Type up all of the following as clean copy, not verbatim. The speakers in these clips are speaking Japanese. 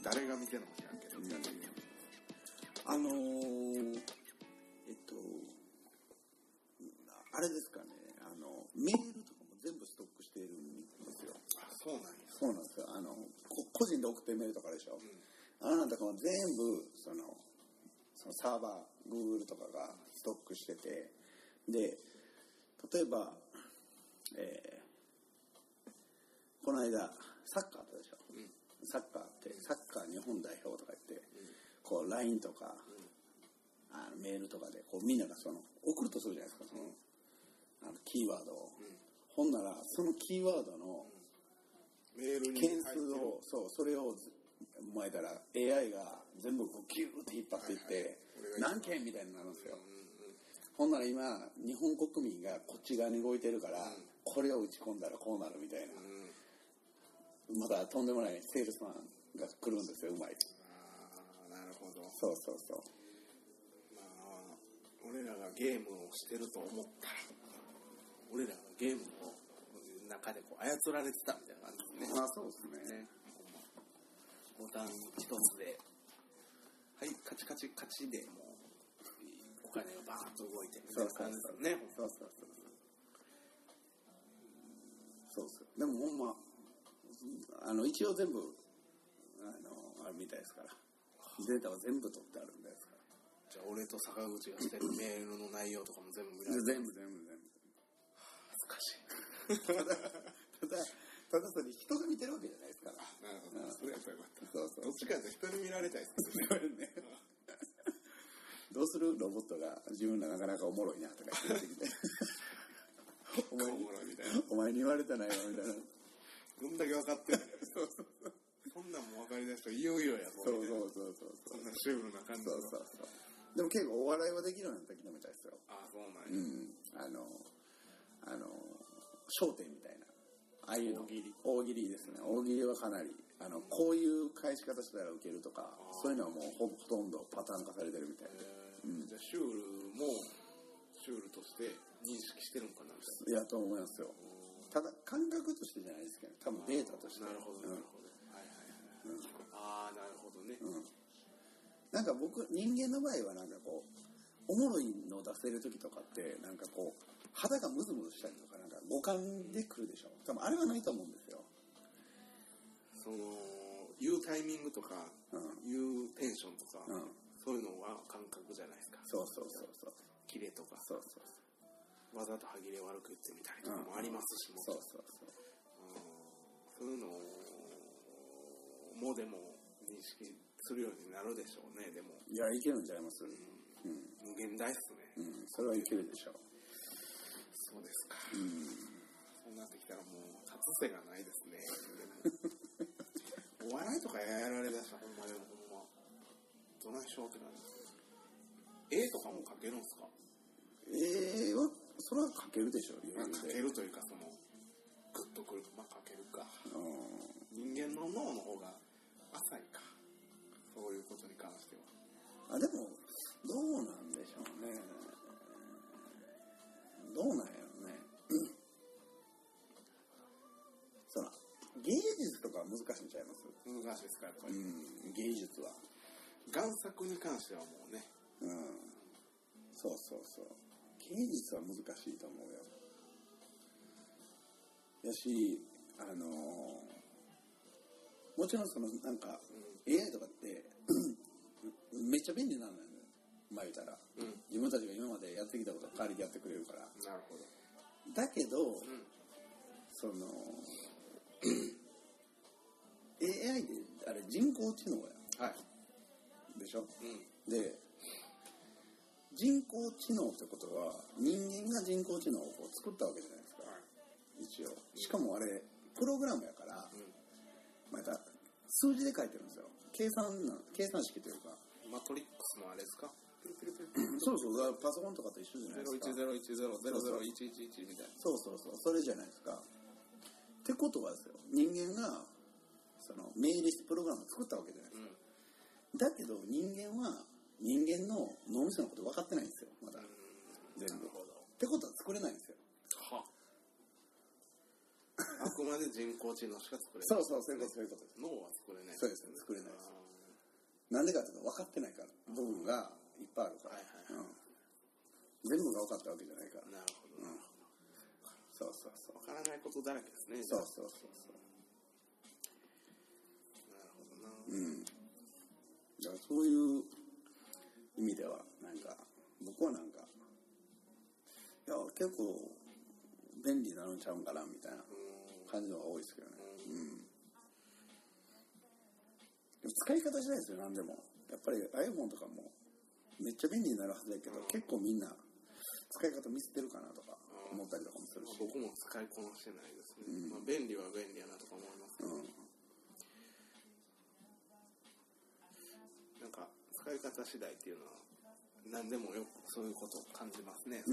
誰が見てるのか知らんけど、 あれですかね、メールとかも全部ストックしているんですよ。 あ、そうなんや。 そうなんですよ。個人で送ってるメールとかでしょ。あなんとかも全部そのサーバー Google とかがストックしてて、で例えば、この間サッカーあったでしょ、サッカー日本代表とか言って、こう LINE とか、メールとかでこうみんなが送るとするじゃないですか、キーワードを、ほんならそのキーワードのメールに件数をそれを前から AI が全部こうキューって引っ張っていって、何件みたいになるんですよ。ほんなら今日本国民がこっち側に動いてるから、これを打ち込んだらこうなるみたいな、まだとんでもないセールスマンが来るんですよ、うまい。 なるほど。 そうそうそう。 まあ俺らがゲームをしてると思ったら、俺らがゲームの中でこう操られてたみたいな感じですね。 そうですね。 ボタン一つで、はいカチカチカチでもうお金がバーッと動いてみたいな感じですよね。 そうそう。でもほんま一応全部あるみたいですから、データは全部取ってあるんですから。 じゃあ俺と坂口がしてるメールの内容とかも全部見られる。 全部。 恥ずかしい。 ただそれ人が見てるわけじゃないですから。 なるほど。それやったらよかった。 そう。 どっちかというと人に見られたいですね。どうするロボットが自分らなかなかおもろいなとか言ってきてお前に言われたないわみたいな。 どんだけ分かってんの。そんなんも分かりだすといよいよやぞ。 そう。 そんなシュールな感じ。 そう。でも結構お笑いはできるようになったきたみたいですよ。 そうなんや。 笑点みたいな。ああいうの大喜利ですね。大喜利はかなりこういう返し方したらウケるとか、そういうのはもうほとんどパターン化されてるみたいで、 じゃあシュールもシュールとして認識してるのかな。 いやと思いますよ。ただ感覚としてじゃないですけど、多分データとして。 なるほど。なるほどね。 なんか人間の場合はなんかこうおもろいの出せる時とかってなんかこう肌がムズムズしたりとかなんか五感でくるでしょ。多分あれはないと思うんですよ。 言うタイミングとか、言うテンションとか、そういうのは感覚じゃないですか。 そう。 キレとか。 そう。 わざと歯切れ悪く言ってみたりとかもありますしも。 そう。 そういうのもでも認識するようになるでしょうね。でもいやいけるんちゃいます。 無限大っすね。 それはいけるでしょう。 そうですか。そうなってきたらもう立つ瀬がないですね。お笑いとかやられだしたらほんまどないしようってなるんですけど、絵とかも描けるんですか？ 絵はそれは描けるでしょう。 描けるというかグッとくる。描けるか。人間の脳の方が浅いか。そういうことに関しては。 でもどうなんでしょうね。どうなんやろね。芸術とかは難しいんちゃいます？ 難しいですか、やっぱり。 芸術は。 贋作に関してはもうね。 そう。芸術は難しいと思うよ。やし、もちろんなんか、AI とかってめっちゃ便利なのよね。言ったら、自分たちが今までやってきたことを代わりでやってくれるから。 なるほど。 だけど、AI であれ人工知能や。でしょ。で、人工知能ってことは人間が人工知能をこう作ったわけじゃないですか。一応。しかもあれプログラムやから、また数字で書いてるんですよ。計算式というか。 マトリックスのあれですか？ そう。パソコンとかと一緒じゃないですか。 0101000111みたいな。 そう。それじゃないですか。ってことはですよ。人間が命令してプログラムを作ったわけじゃないですか。だけど人間は人間の脳みそのこと分かってないんですよ。まだ全部。ってことは作れないんですよ。 あくまで人工知能しか作れない。 そうそういうことです。 脳は作れない。 そうですね、作れないです。なんでかっていうと分かってないから部分がいっぱいあるから、全部が分かったわけじゃないから。 なるほど、 そうそうそう。 分からないことだらけですね。 そうそう。 なるほどな。 だからそういう意味ではなんか僕はなんかいや結構便利なのちゃうんかなみたいな感じのが多いですけどね。でも使い方次第ですよ。何でもやっぱり iPhone とかもめっちゃ便利になるはずだけど、結構みんな使い方ミスってるかなとか思ったりとかもするし、 僕も使いこなしてないですね。便利は便利やなとか思いますけど、なんか使い方次第っていうのは何でもよくそういうことを感じますね。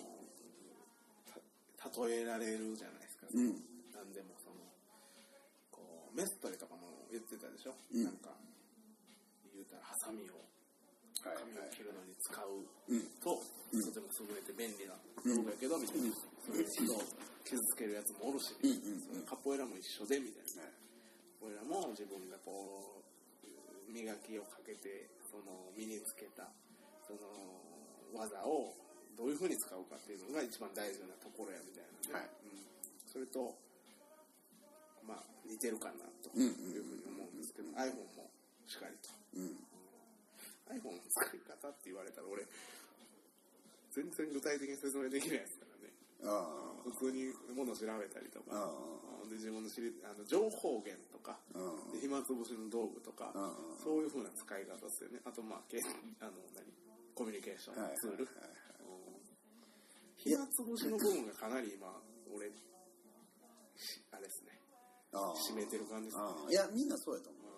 例えられるじゃないですか。何でもこうメストレとかも言ってたでしょ。なんか言うたらハサミを髪を切るのに使うと、とても優れて便利な道具やけどみたいな、それ人を傷つけるやつもおるし、カポエラも一緒でみたいな。カポエラも自分がこう磨きをかけて身につけたその技をどういうふうに使うかっていうのが一番大事なところやみたいなね。それとまあ似てるかなというふうに思うんですけど、iPhone もしっかりと。iPhone の使い方って言われたら俺全然具体的に説明できないですからね。普通に物を調べたりとかで自分の情報源とかで暇つぶしの道具とかそういう風な使い方ですよね。あとまあコミュニケーションツール、暇つぶしの部分がかなり今俺あれですね、占めてる感じですね。 いやみんなそうやと思う。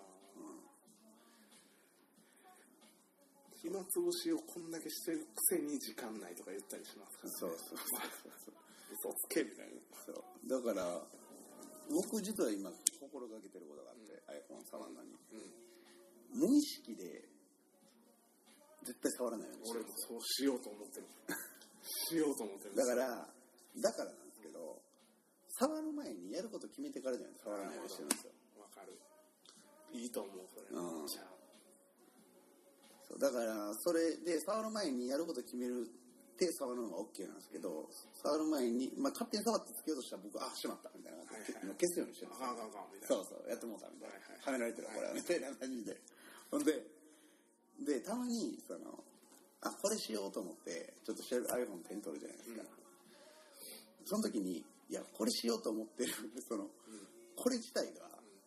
暇つぶしをこんだけしてるくせに時間ないとか言ったりしますからね。嘘つけみたいな。 だから僕実は今心がけてることがあって、iPhone 触るのに、無意識で絶対触らないようにしてる。 俺もそうしようと思ってる。 だからなんですけど、触る前にやること決めてからじゃないと触らないようにしてるんですよ。 わかる。いいと思うそれ。じゃあだからそれで触る前にやること決めるって触るのが OK なんですけど、触る前に、勝手に触ってつけようとしたら僕しまったみたいな消すようにしてるんですよ。そうやってもうたみたいな、はめられてるこれはみたいな感じで、ほんでたまにこれしようと思ってちょっと iPhone 手に取るじゃないですか、その時にいやこれしようと思ってるこれ自体が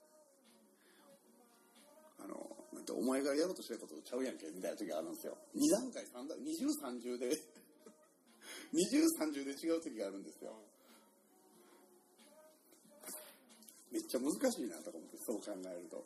お前がやろうとしてることちゃうやんけみたいな時があるんですよ。2段階3段二重三重で二重三重で違う時があるんですよ。めっちゃ難しいなとか思ってそう考えると、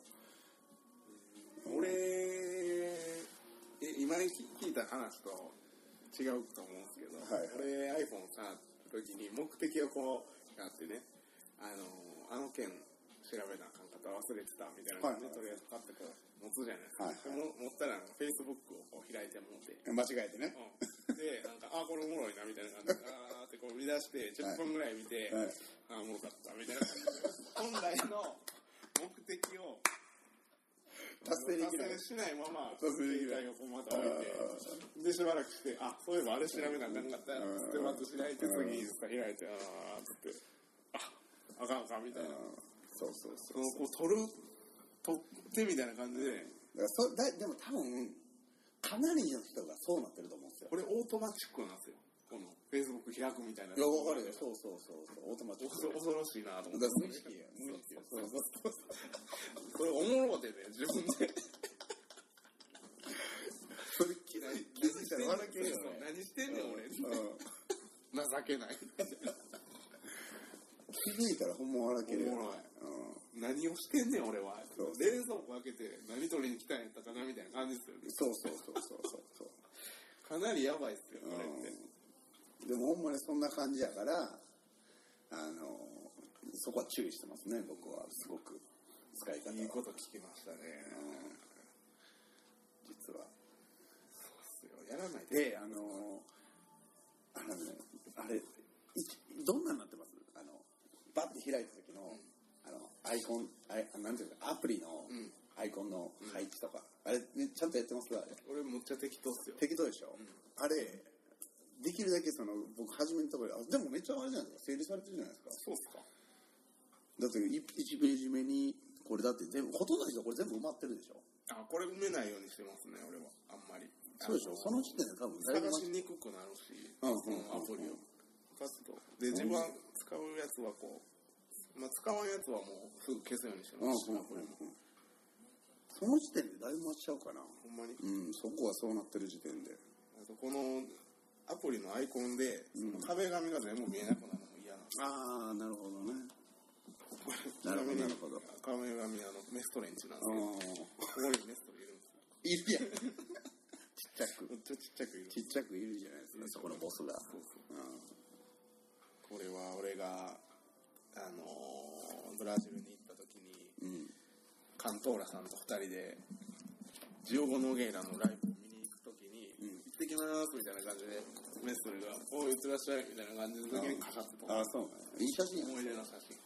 俺今聞いた話と違うと思うんですけど、俺 iPhone 触った時に目的をこうやってね、あの件調べなあかんかった忘れてたみたいな感じでとりあえずパッとこう持つじゃないですか。持ったらFacebook をこう開いてもって間違えてね、 でなんかこれおもろいなみたいな感じでってこう見出して10分ぐらい見て、おもろかったみたいな本来の目的を達成しないまま携帯をこうまた置いて、でしばらくしてそういえばあれ調べなあかんかったやろってまた開いて次インスタ開いてつってあかんみたいな。 そうこう取ってみたいな感じで。 でも多分かなりの人がそうなってると思うんですよ。 これオートマチックなんですよ。この Facebook 開くみたいな。 いや分かるよ。そうオートマチック。 恐ろしいなと思って。 無意識や。 これおもろでね自分で。 それ気づいたら笑けるよね。 何してんねん俺。情けない。 気づいたらほんま笑けるよ。 何をしてんねん俺は。冷蔵庫開けて何取りに来たんやったかなみたいな感じですよね。そうかなりやばいっすよこれって。 でもほんまにそんな感じやからそこは注意してますね僕は。すごく使い方いいこと聞きましたね。 実はそうっすよ。やらないであれどんなになってます？ バッて開いた時の、アイコンなんていうかアプリのアイコンの配置とか、あれ、ね、ちゃんとやってますか？あれ俺むっちゃ適当っすよ。 適当でしょ、あれできるだけ僕初めのところでもめっちゃあれじゃないですか、整理されてるじゃないですか。 そうっすか。 だって1ページ目にこれだって全部ほとんどの人これ全部埋まってるでしょ。 これ埋めないようにしてますね俺は。あんまりそうでしょ。その時点で多分探しにくくなるし、そのアプリを活動で自分は使うやつはこう、使わんやつはもうすぐ消すようにしてますし、アプリもその時点でだいぶ待っちゃうかな。 ほんまに。 そこはそうなってる時点で。 あとこのアプリのアイコンで、壁紙が全部見えなくなるのも嫌なんです。 なるほどね。 なるほど。壁紙メストレンチなんですけど、ここにメストレいるんですよ。 いるやん。ちっちゃく。 めっちゃちっちゃくいる。 ちっちゃくいるじゃないですか、そこのボスが。 そうそう。これは俺がブラジルに行った時に、カントーラさんと2人でジオゴ・ノゲイラのライブを見に行く時に、行ってきますみたいな感じでメストレが「おう、いってらっしゃい」みたいな感じの時にかかってた。 そうね。いい写真。 思い出の写真。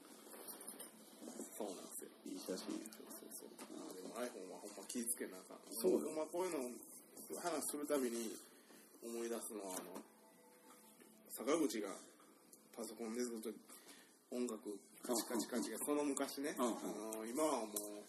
そうなんですよ。 いい写真。 そう。でも iPhone はほんま気ぃつけなあかん。そうほんまこういうの話するたびに思い出すのは坂口がパソコンでずっと音楽カチカチその昔ね、今はもう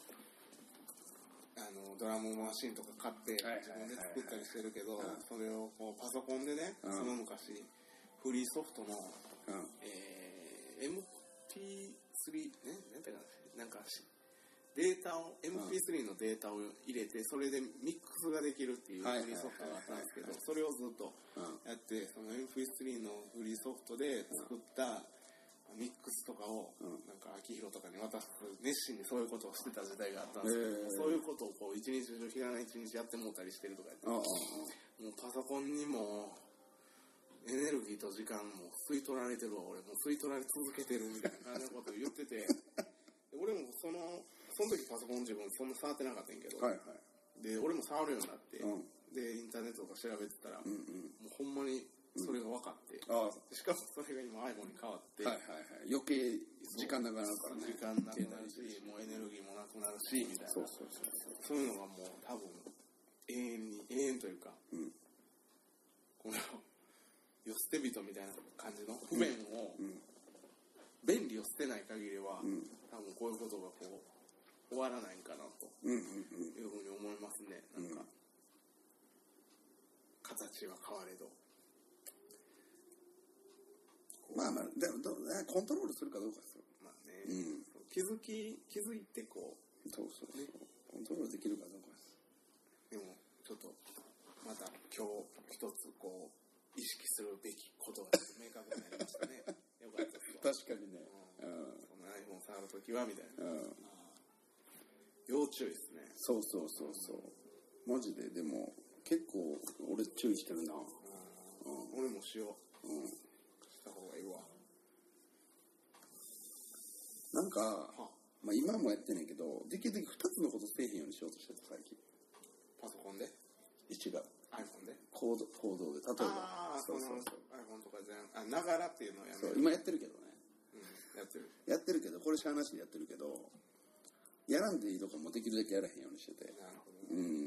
ドラムマシンとか買って自分で作ったりしてるけど、それをこうパソコンでね、その昔フリーソフトの、MP3 ね、なんかデータを MP3 のデータを入れてそれでミックスができるっていうフリーソフトがあったんですけど、それをずっとやって、その MP3 のフリーソフトで作ったミックスとかをなんか秋広とかに渡す、熱心にそういうことをしてた時代があったんですけど、そういうことをこう一日中日がない一日やってもうたりしてるとか言って、もうパソコンにもエネルギーと時間も吸い取られてるわ、俺もう吸い取られ続けてるみたいな感じのことを言ってて俺もその時パソコン自分そんな触ってなかったんやけど、で俺も触るようになって、でインターネットとか調べてたら、もうほんまにそれが分かって、しかもそれが今 iPhone に変わって、 余計時間なくなるからね。 時間なくなるし、もうエネルギーもなくなるしみたいな、そういうのがもう多分永遠というか、この世捨て人みたいな感じの不便を、便利を捨てない限りは、多分こういうことがこう終わらないんかなというふうに思いますね。なんか、形は変われど、 でもコントロールするかどうかですよ。 気づいてこう、 そう、コントロールできるかどうかです。 でもちょっとまた今日一つこう意識するべきことが明確になりましたね。よかったです。 確かにね。 その iPhone 触るときはみたいな。要注意ですね。 そう。マジででも結構俺注意してるな。 俺もしよう。した方がいいわ。 なんか、今もやってないけど、できるだけ2つのことせえへんようにしようとしてた最近。 パソコンで？ 違う。 iPhone で？ 行動で、例えば。 そう。iPhone とかながらっていうのをやめる。 今やってるけどね。 やってるけど、これしゃあなしでやってるけど、やらんでいいとかもできるだけやらへんようにしてて。 なるほどね。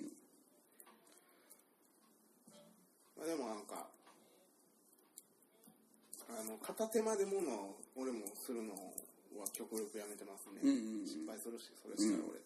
でもなんか、片手間でものを俺もするのは極力やめてますね。失敗するし、それしたら俺。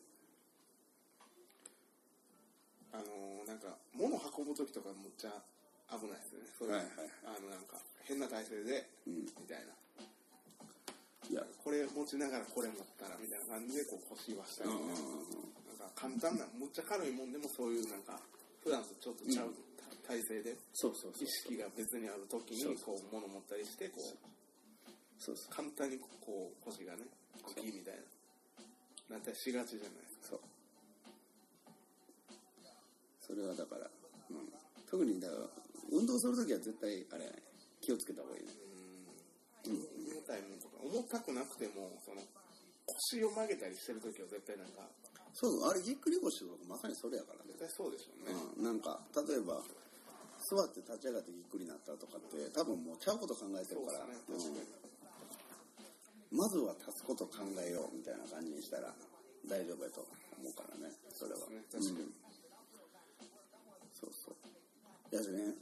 なんか物運ぶ時とかむっちゃ危ないですよね。それなんか変な体勢で、みたいな。これ持ちながらこれ持ったらみたいな感じでこう腰はしたり、なんか簡単なむっちゃ軽いもんでもそういうなんか普段とちょっとちゃう体勢で、意識が別にある時にこう物持ったりしてこう簡単にこう腰がねグキみたいななったりしがちじゃないですか。 それはだから、特にだから運動するときは絶対あれ気をつけた方がいいね。 重たいものとか重たくなくてもその腰を曲げたりしてるときは絶対なんかあれぎっくり腰とかまさにそれやからね。 絶対そうでしょうね。 なんか例えば座って立ち上がってぎっくりになったとかって多分もうちゃうこと考えてるから。 まずは足すこと考えようみたいな感じにしたら大丈夫やと思うからね、それは。 ね、確かに。 そうそう。やしね、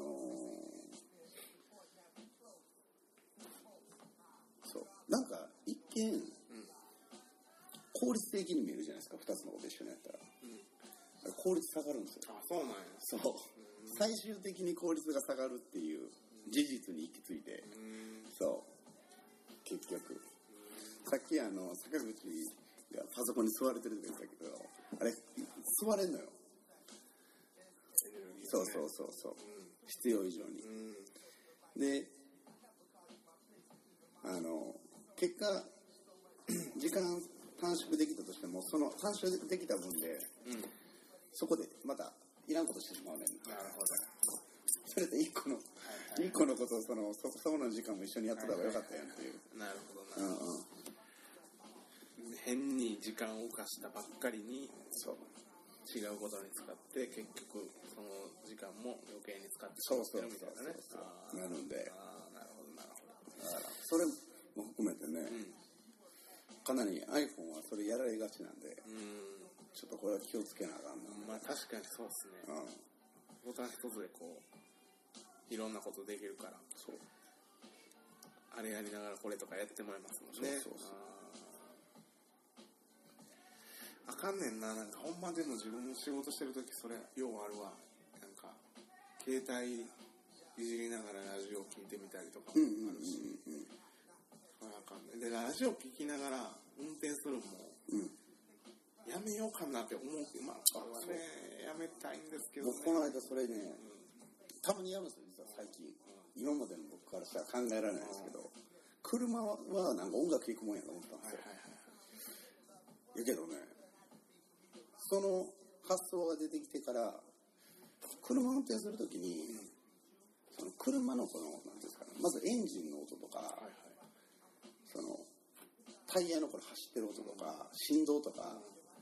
そう。なんか、一見、効率的に見えるじゃないですか、二つのこと一緒にやったら。効率下がるんですよ。 あ、そうなんや。 そう。最終的に効率が下がるっていう事実に行き着いて、そう。結局。さっき坂口がパソコンに座れてるって言ったけど、あれ、座れんのよ。そうそうそうそう、必要以上に。で、結果、時間短縮できたとしても、その短縮できた分で、そこでまたいらんことしてしまうねん。 なるほど。 それで一個のことをその時間も一緒にやってた方がよかったやんっていう。 なるほどな。変に時間を犯したばっかりに、そう。違うことに使って結局その時間も余計に使ってしまってるみたいなね。 なるんで、 なるほどなるほど。 だからそれも含めてね、かなり iPhone はそれやられがちなんで、ちょっとこれは気をつけなあかんな。 まあ確かにそうですね。ボタン一つでこういろんなことできるから、そう。あれやりながらこれとかやってもらいますもんね。そうそうそう。あかんねんな、なんかほんまでも自分仕事してるときそれようあるわ。なんか携帯いじりながらラジオ聞いてみたりとかもあるし、それあかんねん。でラジオ聞きながら運転するのも、やめようかなって思うけど、まあこれはねやめたいんですけど、ね、 僕この間それね、たまにやるんですよ実は最近。今までの僕からしたら考えられないですけど、車はなんか音楽聴くもんやと思ったんですよ。やけどね、その発想が出てきてから車運転するときに、その車のこのなんていうんですかね、まずエンジンの音とか、そのタイヤのこれ走ってる音とか振動とか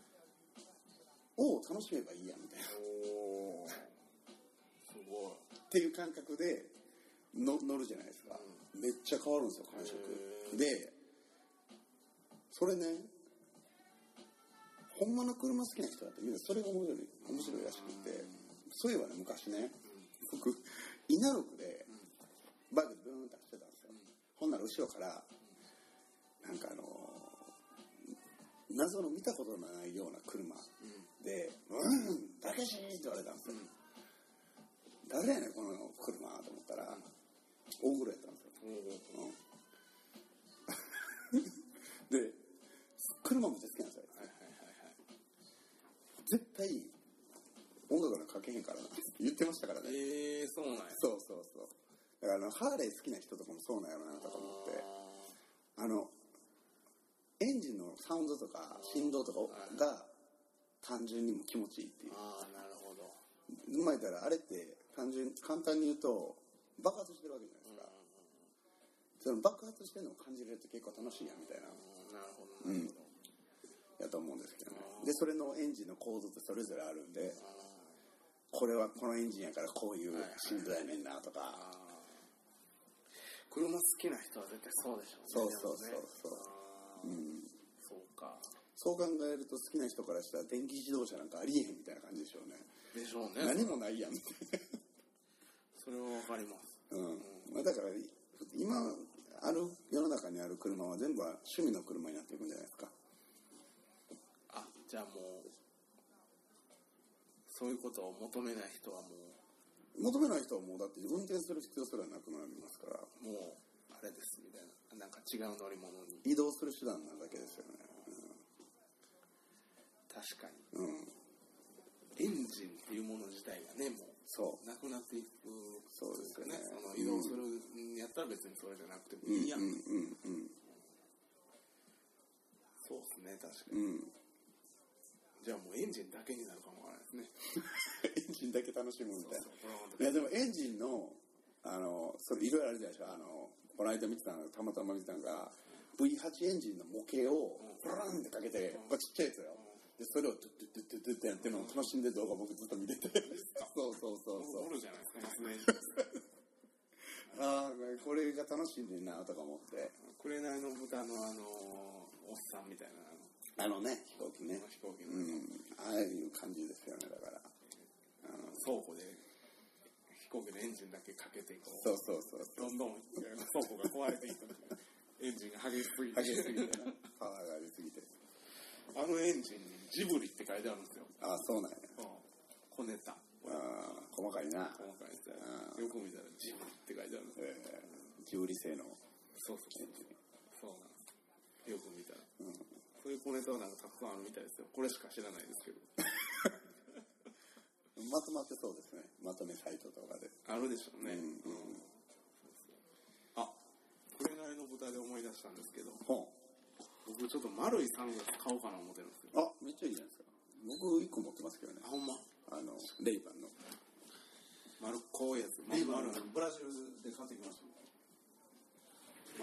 を楽しめばいいやみたいな、すごいっていう感覚で乗るじゃないですか。めっちゃ変わるんですよ感触で。それね、ほんまの車好きな人だってみんなそれが面白いらしくて、そういえばね昔ね、僕稲六でバイクでブーンって走ってたんですよ。ほんなら後ろからなんか謎の見たことのないような車でたけしって言われたんですよ。誰やねんこの車と思ったら大黒やったんですよ。で車も好きなんですよ。絶対音楽なんかかけへんからなって言ってましたからね。 そうなんや。 そうそうそう。だからハーレー好きな人とかもそうなんやろなとか思って、エンジンのサウンドとか振動とかが単純にも気持ちいいっていう。 なるほど。 うまいたらあれって簡単に言うと爆発してるわけじゃないですか。その爆発してるのを感じれるって結構楽しいやみたいな。 なるほど。なるほど。 やと思うんですけどね。でそれのエンジンの構造ってそれぞれあるんで、これはこのエンジンやからこういう振動やねんなとか。 車好きな人は絶対そうでしょうね。 そうそうそうそう。 そうか。 そう考えると好きな人からしたら電気自動車なんかありえへんみたいな感じでしょうね。 でしょうね。 何もないやんみたいな。 それはわかります。 まあ、だから今ある世の中にある車は全部は趣味の車になっていくんじゃないですか。 じゃあもうそういうことを求めない人はもう求めない人はもうだって運転する必要すらなくなりますから、 もうあれですみたいな、なんか違う乗り物に移動する手段なだけですよね。 確かに。エンジンっていうもの自体がね、もうそうなくなっていく。 そうですよね。 移動するんやったら別にそれじゃなくてもいいやん。そうですね、確かに。じゃあもうエンジンだけになるかもわからないですね。 エンジンだけ楽しむみたいな。いやでもエンジンのそれいろいろあるじゃないですか。この間見てたのたまたま見てたのが V8 エンジンの模型をブラーンってかけて、これちっちゃいやつよ。でそれをトゥットゥットゥットゥッってやってるのを楽しんでる動画僕ずっと見てて。そう。 おるじゃないですか。 ああ、これが楽しいねんなとか思って。 紅の豚のおっさんみたいなね、飛行機ね。 飛行機の、 ああいう感じですよね、だから。 倉庫で飛行機のエンジンだけかけてこう。 そう。 どんどん倉庫が壊れていく。エンジンが激しすぎて。 な。パワーがありすぎて。 あのエンジンにジブリって書いてあるんですよ。 ああ、そうなんや。 小ネタ。 細かいな。 細かいですよ。よく見たらジブリって書いてあるんですよ。ジブリ製の。 そうなんです。よく見たら。そういう小ネタはなんかたくさんあるみたいですよ。これしか知らないですけど。 まとまってそうですね。まとめサイトとかで。 あるでしょうね。あ、紅の豚で思い出したんですけど。僕ちょっと丸いサングラス買おうかな思ってるんですよ。 あ、めっちゃいいじゃないですか。僕1個持ってますけどね。 ほんま？ レイバンの。 丸っこいやつ。 レイバンのブラジルで買ってきました。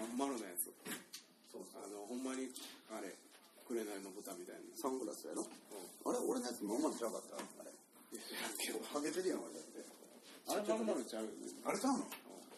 まん丸のやつ。そうほんまに、あれ、紅の豚みたいな。 サングラスやろ？あれ俺のやつまん丸ちゃうかったあれ。 知らんけど。 ハゲてるやん、俺だって。 あれまん丸ちゃうよね。 あれちゃうの？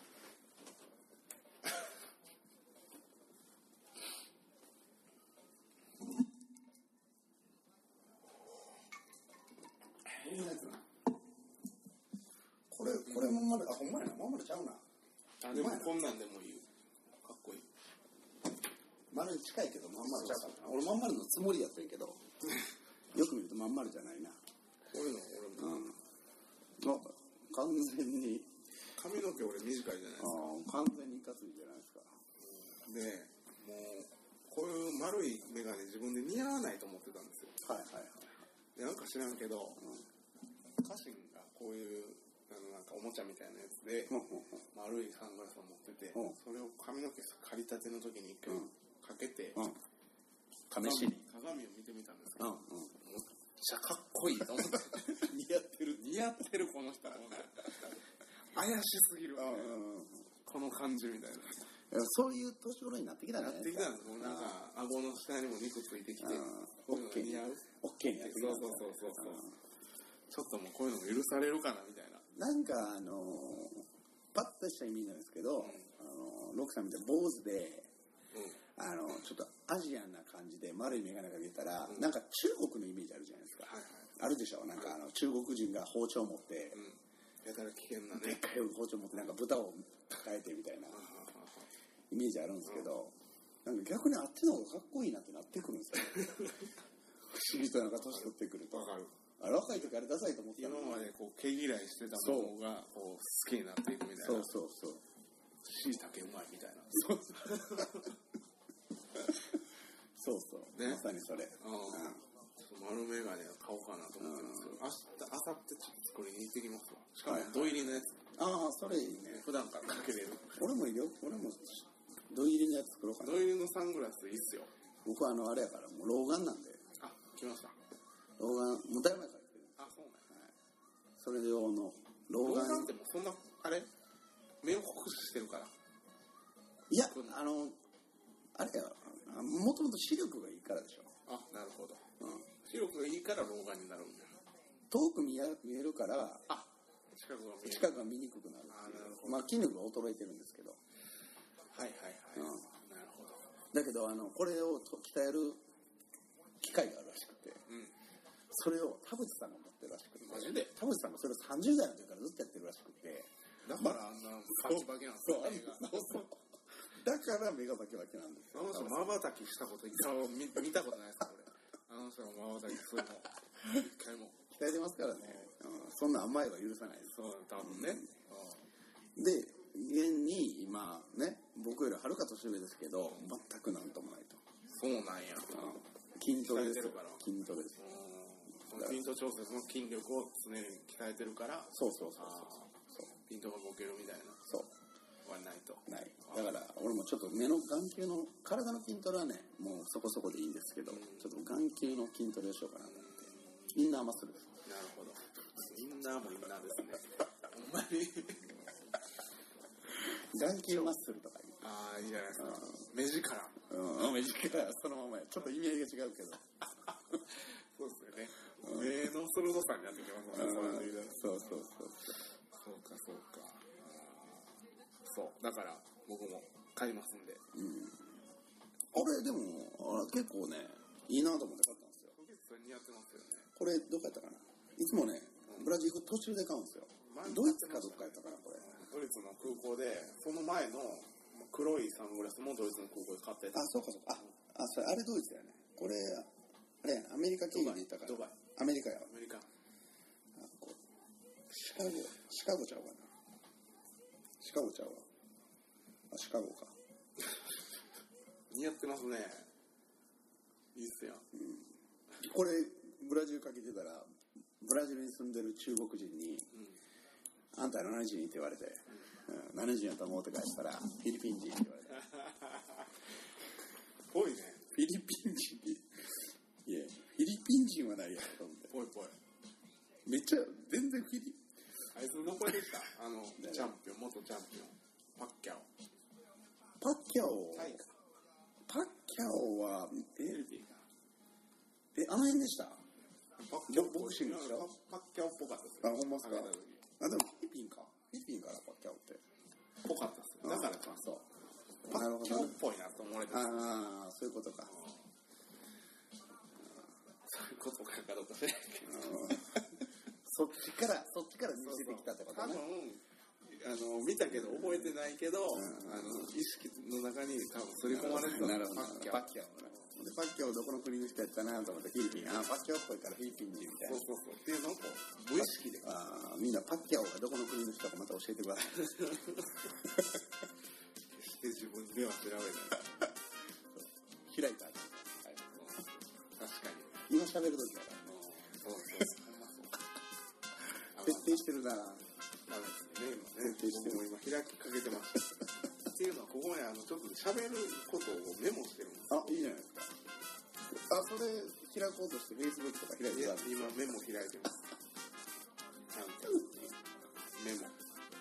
これまん丸、ほんまやな、まん丸ちゃうな。 でもこんなんでもいいよ。かっこいい。 丸に近いけどまん丸ちゃうかったな。俺まん丸のつもりやったんやけど、よく見るとまん丸じゃないな。 こういうの俺も。 完全に。 髪の毛俺短いじゃないですか。 完全にいかついじゃないですか。 で、もう、こういう丸いメガネ自分で似合わないと思ってたんですよ。で、なんか知らんけど、家臣がこういう、なんかおもちゃみたいなやつで、丸いサングラスを持ってて、それを髪の毛刈りたての時に一回かけて、 試しに鏡を見てみたんですけど、めっちゃかっこいいと思って。似合ってるこの人。怪しすぎる。この感じみたいな。 そういう年頃になってきたんじゃないですか。 なってきたんです。なんか顎の下にも肉ついてきて、 オッケーに似合う。オッケーにやってきた。 そう。ちょっともうこういうのも許されるかなみたいな。 なんかパッとしたイメージなんですけど、ロックさんみたいな坊主で、ちょっとアジアンな感じで丸い眼鏡かけたら、なんか中国のイメージあるじゃないですか。あるでしょ。なんか中国人が包丁持って、 やたら危険なね。 でっかい包丁持ってなんか豚を抱えてみたいなイメージあるんですけど、なんか逆にあっちの方がかっこいいなってなってくるんですよ。不思議となんか年取ってくると。 わかる。 若い時あれダサいと思ってた今までこう毛嫌いしてたものがこう好きになっていくみたいな。 そう。 椎茸うまいみたいな。 そうね、まさにそれ。 丸眼鏡を買おうかなと思ってますけど、あさってちょっと作りに行ってきますわ。しかも土入りのやつ。 それいいね。 普段からかけれる。 俺もいいよ。俺も土入りのやつ作ろうかな。 土入りのサングラスいいっすよ。 僕はあれやからもう老眼なんで。 来ました。 老眼もうだいぶ前から言ってる。 そうなんや。 それ用の老眼ってもうそんなあれ目を酷使してるから。 いやあれやもともと視力がいいからでしょ。 なるほど。視力がいいから老眼になるんだ。 遠く見えるから近くが見にくくなる。 なるほど。 筋力が衰えてるんですけど。 なるほど。 だけどこれを鍛える機械があるらしくて、それを田淵さんが持ってるらしくて。 マジで？ 田淵さんがそれを30代の時からずっとやってるらしくて。 だからあんなバキバキなんですよ。 だから目がバキバキなんですよ。 瞬きしたこと一回も見たことないです俺。人の瞬きそういうの一回も鍛えてますからね。そんな甘いは許さないです。 そう多分ね。 で現に今ね僕よりはるか年上ですけど全くなんともないと。 そうなんや。 筋トレですから。筋トレです。 筋ト調節の筋力を常に鍛えてるから。 そうピントがボケるみたいな。はないと。 ない。だから俺もちょっと目の眼球の体の筋トレはねもうそこそこでいいんですけど、ちょっと眼球の筋トレをしようかなと思ってインナーマッスルです。 なるほど。インナーもインナーですね。ほんまに眼球マッスルとかいいじゃないですか。目力。 目力そのままや。ちょっと意味合いが違うけどそうですよね。目の鋭さになってきますもんね。 そうそうか。 そうだから僕も買いますんで。 これでも結構ねいいなと思って買ったんですよ。 それ似合ってますよね。 これどこやったかな、いつもね、ブラジル途中で買うんですよ。ドイツかどっかやったかなこれ。 ドイツの空港でその前の黒いサングラスもドイツの空港で買ってた。 あ、そうかそうか。それあれドイツだよね。これあれやな、アメリカ経由で行ったから。 ドバイ。 アメリカやわ。 アメリカ。 シカゴちゃうかな。シカゴちゃうわ。シカゴか。 似合ってますね。いいっすよ。 これブラジルかけてたらブラジルに住んでる中国人に、あんた70人って言われて、70人やと思って返したらフィリピン人って言われた。 ぽいね。 フィリピン人っていやフィリピン人はないやと思って。 ぽいぽい。 めっちゃ全然フィリあいつどこでした？チャンピオン、元チャンピオン。パッキャオ。 パッキャオはあの辺でした？ボクシングでしょ？ パッキャオっぽかったです。 ほんまっすか？でもフィリピンかパッキャオってぽかったっす。だからか。 そう。 パッキャオっぽいなと思われてた。 そういうことか。 そういうことかどうか知らないけど。 そっちから見せてきたってことね。 多分見たけど覚えてないけど、意識の中に多分刷り込まれてた。 なるほど。パッキャオでパッキャオどこの国の人やったなと思ってフィリピン、パッキャオっぽいからフィリピン人みたいな。 そうっていうのを無意識で。 みんなパッキャオがどこの国の人かまた教えてください。 決して自分では調べない。 開いた。 確かに。 今喋るときだから。徹底してるな。 ダメですね、今ね。僕も今開きかけてました。っていうのはここにちょっと喋ることをメモしてるんですよ。 いいじゃないですか。それ開こうとして Facebook とか開いてたんですか？ 今メモ開いてます。ちゃんとメモ。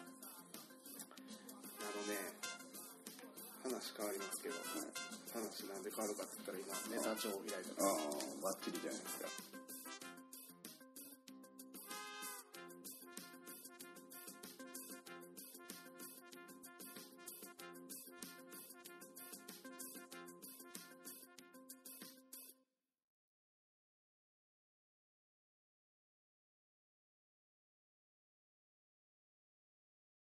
話変わりますけど、話なんで変わるかって言ったら今ネタ帳を開いてます。 バッチリじゃないですか。